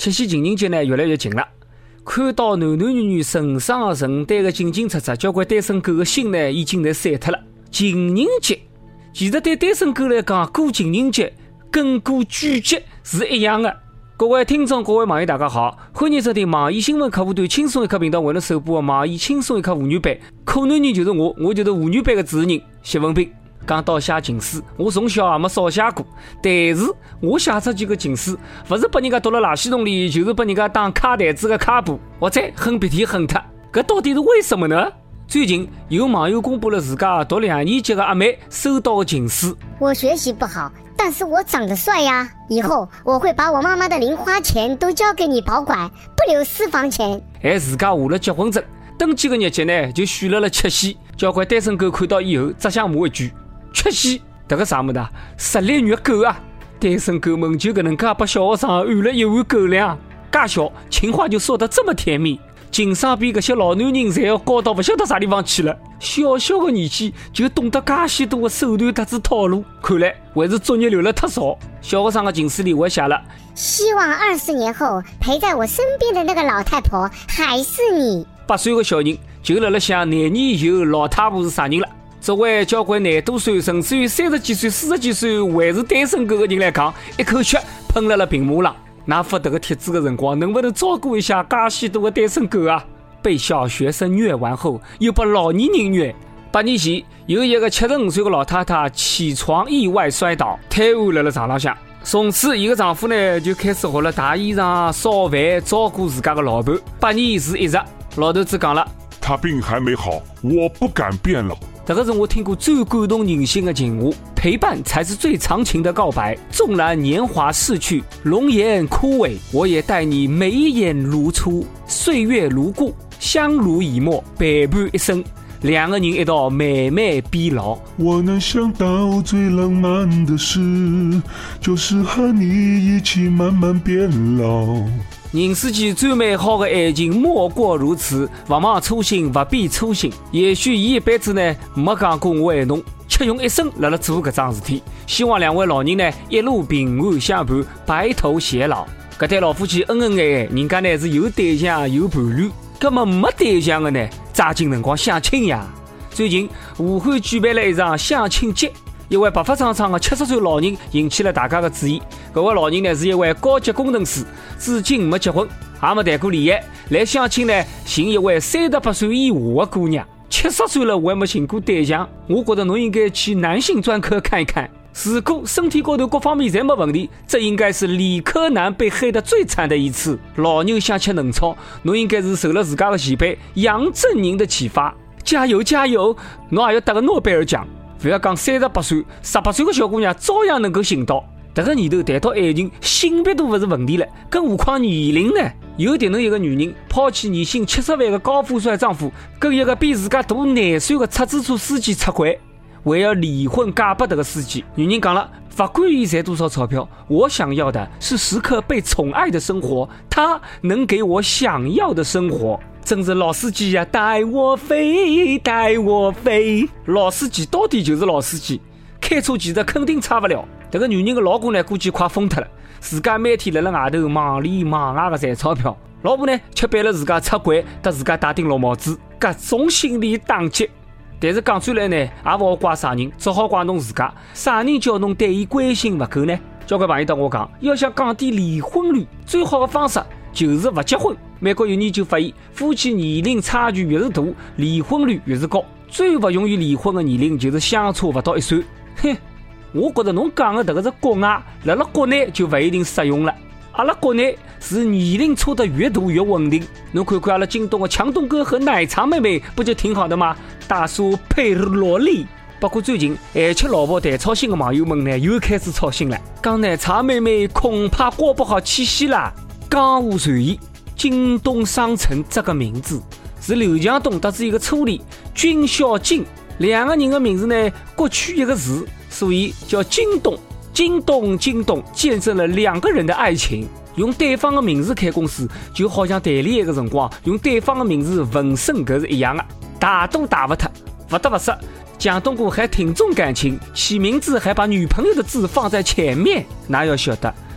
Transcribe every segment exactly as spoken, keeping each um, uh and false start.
七夕情人节呢越来越近了，看到男男女女成双成对的进进出出，交关单身狗的心呢已经在散脱了。情人节其实对单身狗来讲，过情人节跟过拒绝是一样的。各位听众，各位网友大家好，欢迎收听网易新闻客户端轻松一刻频道为侬首播的网易轻松一刻妇女版。可男人就是我，我就是妇女版的主持人谢文斌。讲到写情书，我从小也没少写过，但是我写出去的情书不是把人家丢了垃圾桶里，就是把人家当卡台子的卡布，或者恨鼻涕恨脱。这到底是为什么呢？最近有网友公布了自家读两年级的阿妹收到的情书。 我学习不好，但是我长得帅呀，以后我会把我妈妈的零花钱都交给你保管，不留私房钱。 还自家下了结婚证，登记的日节呢就选了了七夕。交关单身狗看到以后只想骂一句：七夕这个啥么的，实力虐狗啊！单身狗们就搿能介把小学生按了一碗狗粮，介小情话就说得这么甜蜜。情商比搿些老男人侪要高到不晓得啥地方去了。小小的年纪就懂得介许多的手段特子套路，看来还是作业留了太少。小学生的情书里还写了： 希望二十年后陪在我身边的那个老太婆还是你。 八岁的小人就辣辣想廿年以后老太婆是啥人了。作为交关廿多岁甚至于三十几岁四十几岁还是单身狗的人来讲，一口气喷了了屏幕上。那发这个帖子的辰光，能不能照顾一下介许多的单身狗啊？被小学生虐完后又把老年人虐。八年前有一个七十五岁的老太太起床意外摔倒，瘫痪了了床浪向。从此一个丈夫呢就开始学了洗衣裳、烧饭、照顾自家的老婆。八年是一日，老头子讲了： 他病还没好，我不敢变老。 这个是我听过最感动人心的情话，陪伴才是最长情的告白。纵然年华逝去，容颜枯萎，我也待你眉眼如初，岁月如故，相濡以沫，陪伴一生。两个人一道慢慢变老。 我能想到最浪漫的事，就是和你一起慢慢变老。 人世间最美好的爱情莫过如此，勿忘初心，勿变初心。也许伊一辈子呢没讲过我爱侬，却用一生辣辣做搿桩事体。希望两位老人呢一路平安相伴，白头偕老。搿对老夫妻恩恩爱爱，人家呢是有对象有伴侣。葛末没对象的呢，抓紧辰光相亲呀！最近武汉举办了一场相亲节。一位白发苍苍的七十岁老人引起了大家的注意。这位老人呢是一位高级工程师，至今没结婚，也没谈过恋爱。来相亲呢，寻一位三十八岁以下的姑娘。七十岁了，我还没寻过对象。我觉得侬应该去男性专科看一看。如果身体高头各方面侪没问题，这应该是理科男被黑得最惨的一次。老牛想吃嫩草，侬应该是受了自家的前辈杨振宁的启发。加油加油，侬也要得个诺贝尔奖。不要讲三十八岁、十八岁的小姑娘照样能够寻到。这个年头谈到爱情，性别都不是问题了，更何况年龄呢？有这能一个女人抛弃年薪七十万的高富帅丈夫，跟一个比自家大廿岁的出租车司机出轨，还要离婚嫁给这个司机。女人讲了，不管伊赚多少钞票，我想要的是时刻被宠爱的生活，他能给我想要的生活。真是老司机呀、啊，带我飞，带我飞。老司机到底就是老司机，开车技术肯定差不了。这个女人的老公呢，估计快疯脱了，自家每天辣辣外头忙里忙外的赚钞票，老婆呢却背了自家出轨，搭自家戴顶绿帽子，各种心理打击。但是讲出来呢，也不好怪啥人，只好怪侬自家。啥人叫侬对伊关心不够呢？交关朋友跟我讲，要想降低离婚率，最好的方式就是不结婚。美国有研究发现，夫妻年龄差距越是大，离婚率越是高。最不容易离婚的年龄就是相差不到一岁。哼，我觉得侬讲的这个是国外，辣辣国内就不一定适用了。阿拉国内是年龄差得越大越稳定。侬看看阿拉京东的强东哥和奶茶妹妹不就挺好的吗？大叔配萝莉。不过最近爱吃老婆谈操心的网友们呢，又开始操心了。讲奶茶妹妹恐怕过不好七夕啦。江湖传言，京东商城这个名字是刘强东搭子一个初恋军小金，两个人的名字呢各取一个字，所以叫京东。京东京东见证了两个人的爱情。用对方的名字开公司，就好像谈恋爱的辰光用对方的名字纹身，搿是一样的。大都打不脱，不得不说，蒋东哥还挺重感情，起名字还把女朋友的字放在前面。哪要晓得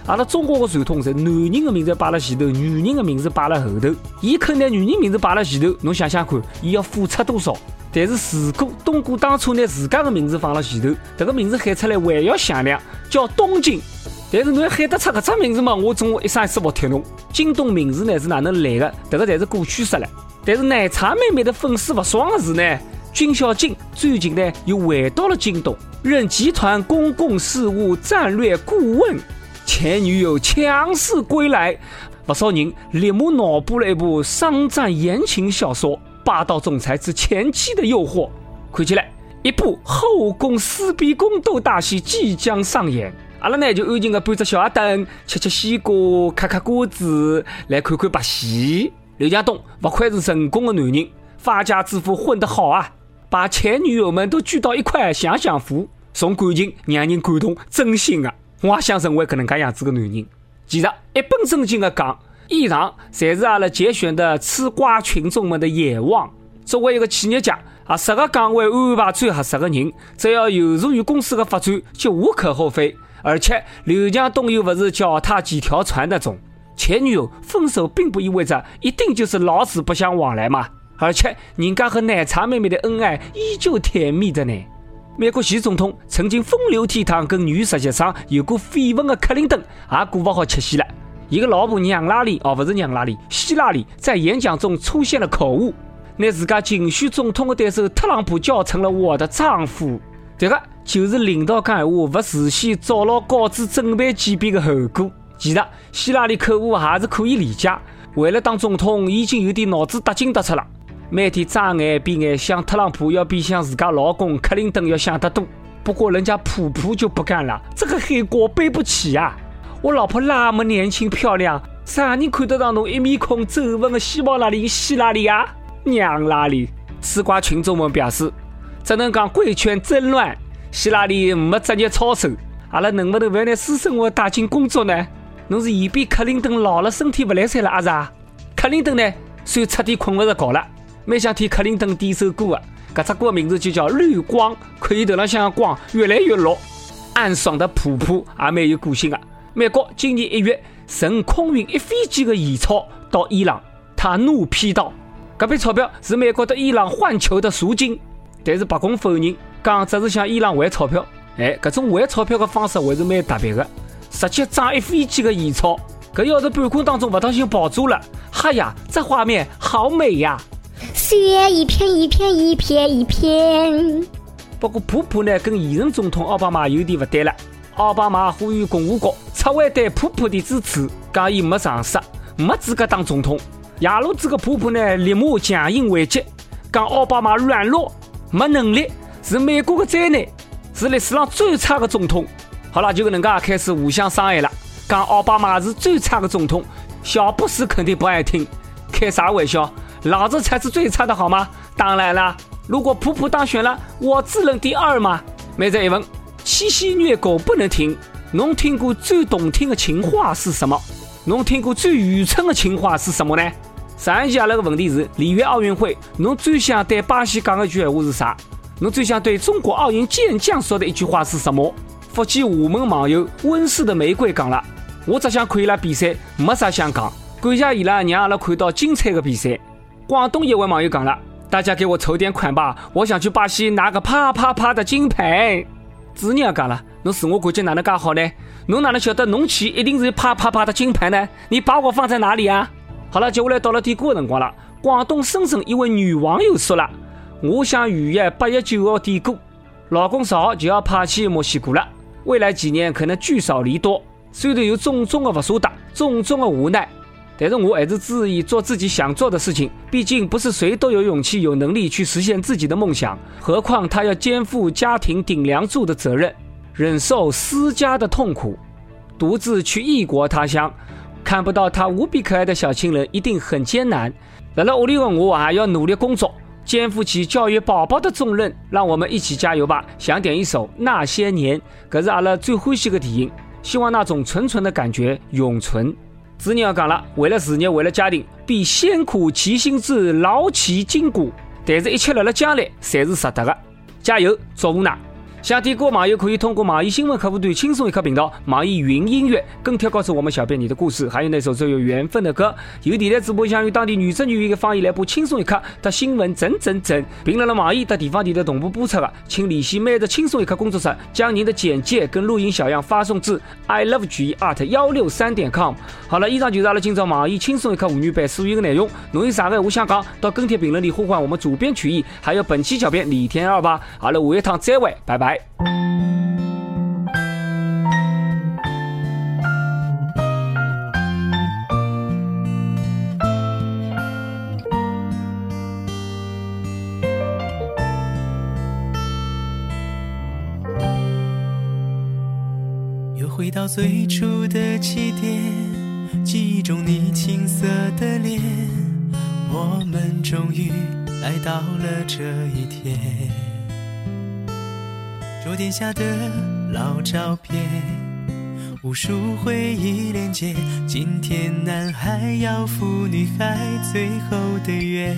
阿拉中国的传统是男人的名字摆辣前头，女人的名字摆辣后头。伊肯拿女人名字摆辣前头，侬想想看，伊要付出多少？但是如果东哥当初拿自家的名字放辣前头，这个名字喊出来还要响亮，叫东京。但是侬喊得出搿只名字嘛，我总一生一世服踢侬。京东名字呢是哪能来的？这个才是过去式了。但是奶茶妹妹的粉丝不爽的是呢，军小金最近呢又回到了京东，任集团公共事务战略顾问。前女友强势归来，不少人立马脑补了一部商战言情小说《霸道总裁之前妻的诱惑》。看起来一部后宫撕逼宫斗大戏即将上演。阿拉呢就安静的搬着小矮凳，吃吃西瓜，嗑嗑瓜子，来看看把戏。刘强东不愧是成功的男人，发家致富混得好啊，把前女友们都聚到一块享享福，从感情让人感动，真心啊！我也想成为搿能介样子的男人。其实一本正经的讲，以上才是阿拉节选的吃瓜群众们的野望。作为一个企业家，合适的岗位安排最合适的人，只要有助于公司的发展，就无可厚非。而且刘强东又不是脚踏几条船那种，前女友分手并不意味着一定就是老死不相往来嘛。而且人家和奶茶妹妹的恩爱依旧甜蜜的呢。美国前总统曾经风流倜傥跟女实习生有过绯闻的克林顿也过不好吃戏了。一个老婆娘拉里哦，不是娘拉里，希拉里在演讲中出现了口误，拿自家竞选总统的对手特朗普叫成了我的丈夫。这个就是领导讲闲话不事先找牢稿子准备几遍的后果。其实希拉里口误还是可以理解，为了当总统已经有点脑子搭筋搭出了，每天眨眼闭眼想特朗普要比想自家老公克林顿要想得多。不过人家普普就不干了，这个黑锅背不起啊！我老婆那么年轻漂亮，啥人看得上侬一面孔皱纹的希望拉里希拉里啊？娘拉里！吃瓜群众们表示，只能讲贵圈真乱，希拉里没职业操守，阿拉能不能不要拿私生活带进工作呢？侬是嫌比克林顿老了身体不来塞了阿是？克林顿呢算彻底困不着觉了。每想听克林顿第一首歌啊，搿只歌的名字就叫绿光，看伊头浪向光越来越绿。暗爽的普普也蛮有个性啊。美国今年一月乘空运一飞机的现钞到伊朗，他怒批道，搿笔钞票是美国的伊朗换球的赎金。但是白宫否认，讲只是向伊朗还钞票。哎，搿种还钞票的方式还是蛮特别的，直接装一飞机的现钞。搿要是半空当中不当心爆炸了，哈呀，这画面好美呀！ 雪一片一片一片一片。 不过普普呢跟现任总统奥巴马有点不对了。奥巴马呼吁共和国撤回对普普的支持，讲伊没常识，没资格当总统。亚路子的普普呢立马强硬回击，讲奥巴马软弱没能力，是美国的灾难，是历史上最差的总统。好了，就搿能介开始互相伤害了，讲奥巴马是最差的总统，小布什肯定不爱听。开啥玩笑，老子才是最差的好吗？当然啦，如果普普当选了，我自认第二嘛。每日一问，七夕虐狗不能停，侬听过最动听的情话是什么？侬听过最愚蠢的情话是什么呢？上一期阿拉个问题是里约奥运会，侬最想对巴西讲的一句闲话是啥？侬最想对中国奥运健将说的一句话是什么？福建厦门网友温室的玫瑰讲了，我只想看伊拉比赛，没啥想讲，感谢伊拉让阿拉看到精彩的比赛。广东一位网友讲了，大家给我筹点款吧，我想去巴西拿个啪啪啪的金牌。主任也讲了，侬自我感觉哪能介好呢？侬哪能晓得侬去一定是啪啪啪的金牌呢？你把我放在哪里啊？好了，接下来到了点歌的辰光了。广东深圳一位女网友说了，我想预约八月九号点歌，老公十号就要派去墨西哥了，未来几年可能聚少离多，虽然有种种的不舍得，种种的无奈，但是我还是支持伊做自己想做的事情，毕竟不是谁都有勇气有能力去实现自己的梦想，何况他要肩负家庭顶梁柱的责任，忍受私家的痛苦，独自去异国他乡，看不到他无比可爱的小情人一定很艰难。在了屋里的我还要努力工作，肩负起教育宝宝的重任，让我们一起加油吧。想点一首那些年，可是阿拉最欢喜的电影，希望那种纯纯的感觉永存。子女要讲了，为了事业为了家庭，必先苦其心志，劳其筋骨，但是一切辣辣将来才是值得的。加油，祝福㑚！ 想听歌嘛，也可以通过蚂蚁新闻客户端轻松一刻频道、蚂蚁云音乐跟帖告诉我们小编你的故事，还有那首最有缘分的歌。有地在直播想用当地女声女语的方言来播轻松一刻的新闻整整整，评论了蚂蚁的地方地的同步播出的，请联系每日轻松一刻工作室，将您的简介跟录音小样发送至 i love g at 一六三点 com。好了，以上就是阿拉今朝蚂蚁轻松一刻妇女版所有的内容。侬有啥个话想讲，到跟帖评论里呼唤我们主编曲艺，还有本期小编李天二吧。好了，下一趟再会，拜拜。 又回到最初的起点，记忆中你青涩的脸，我们终于来到了这一天。桌垫下的老照片，无数回忆连接，今天男孩要赴女孩最后的约。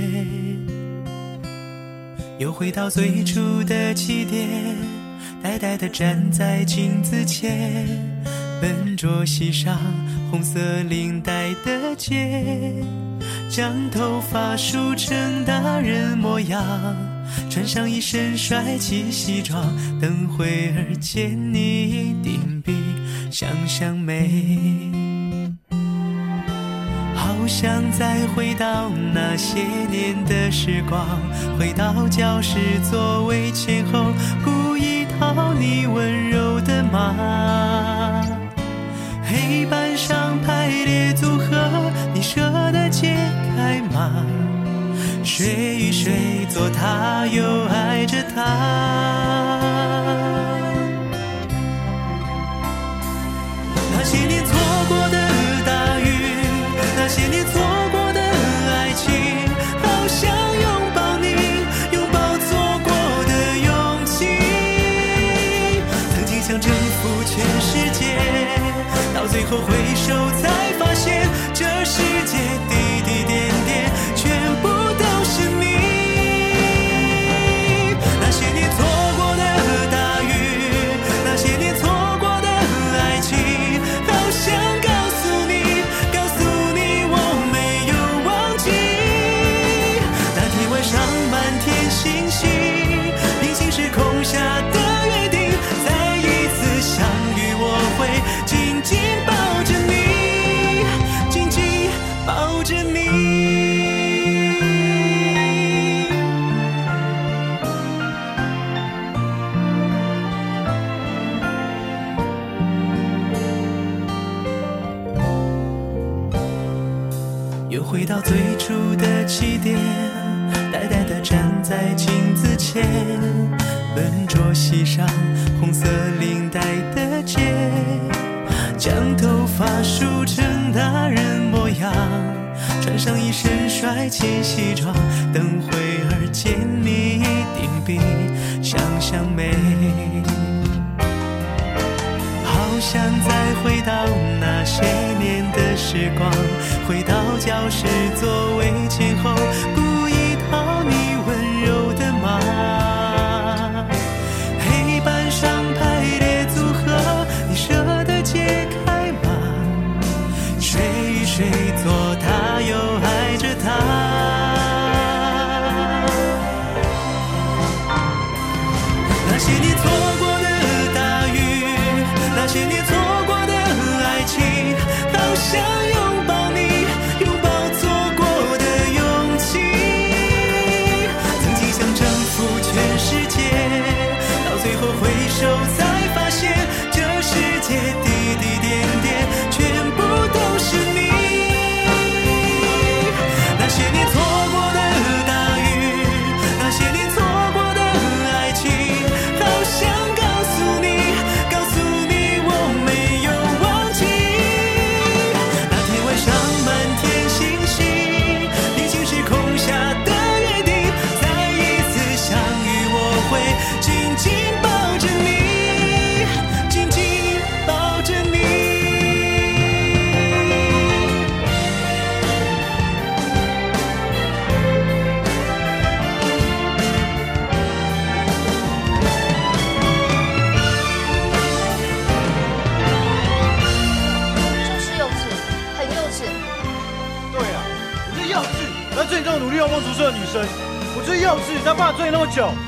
又回到最初的起点，呆呆地站在镜子前，笨拙系上红色领带的结，将头发梳成大人模样，穿上一身帅气西装，等会儿见你一定比想象美。好想再回到那些年的时光，回到教室座位前后，故意讨你温柔的骂。黑板上排列组合，你舍得解开吗？睡与睡做他又爱着他。那些年错过的大雨，那些年错过的爱情，好想拥抱你，拥抱错过的勇气。曾经想征服全世界，到最后回首才发现，这世界滴滴点点全部都是你。那些年错过的大雨，那些年错过的爱情，好想告诉你，告诉你我没有忘记。那天晚上满天星星，平行时空下的约定，再一次相遇我会紧紧抱着你，紧紧抱着你。又回到最初的起点，呆呆地站在镜子前，笨拙系上红色领带的结，将头发梳成大人模样，穿上一身帅气西装，等会儿见你一定比想象美。好想再回到那些年的时光，回到教室座位前后，故意讨你温柔的骂。黑板上排列组合，你舍得解开吗？睡与睡做他又爱着他。那些年错过的大雨，那些年错过的爱情，好想拥抱你，拥抱错过的勇气。曾经想征服全世界，到最后回首才发现，这世界滴滴点点全部都是你。那些年像郑这种努力用功读书的女生，我就是要不是才办法追你那么久。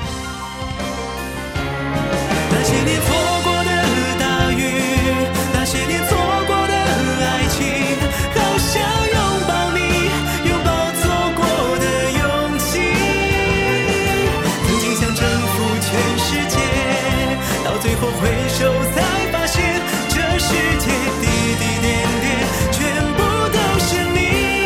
那些年错过的大雨，那些年错过的爱情，好想拥抱你，拥抱错过的勇气。曾经想征服全世界，到最后回首才发现，这世界滴滴点点全部都是你。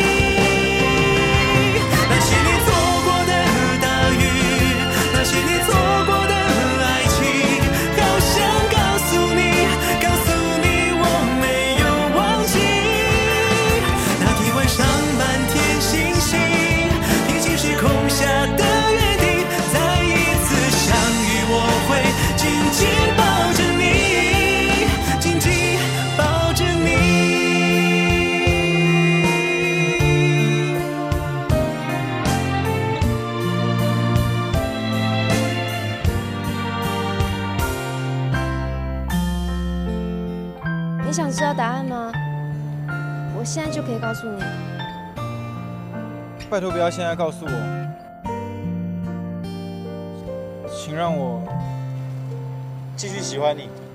那些年错过的大雨，那些年错过的爱情，好想告诉你，告诉你我没有忘记。那天晚上满天星星，平行时空下的约定，再一次相遇我会紧紧抱着你，紧紧抱着你。 你想知道答案吗？我现在就可以告诉你。 拜托不要现在告诉我，请让我继续喜欢你。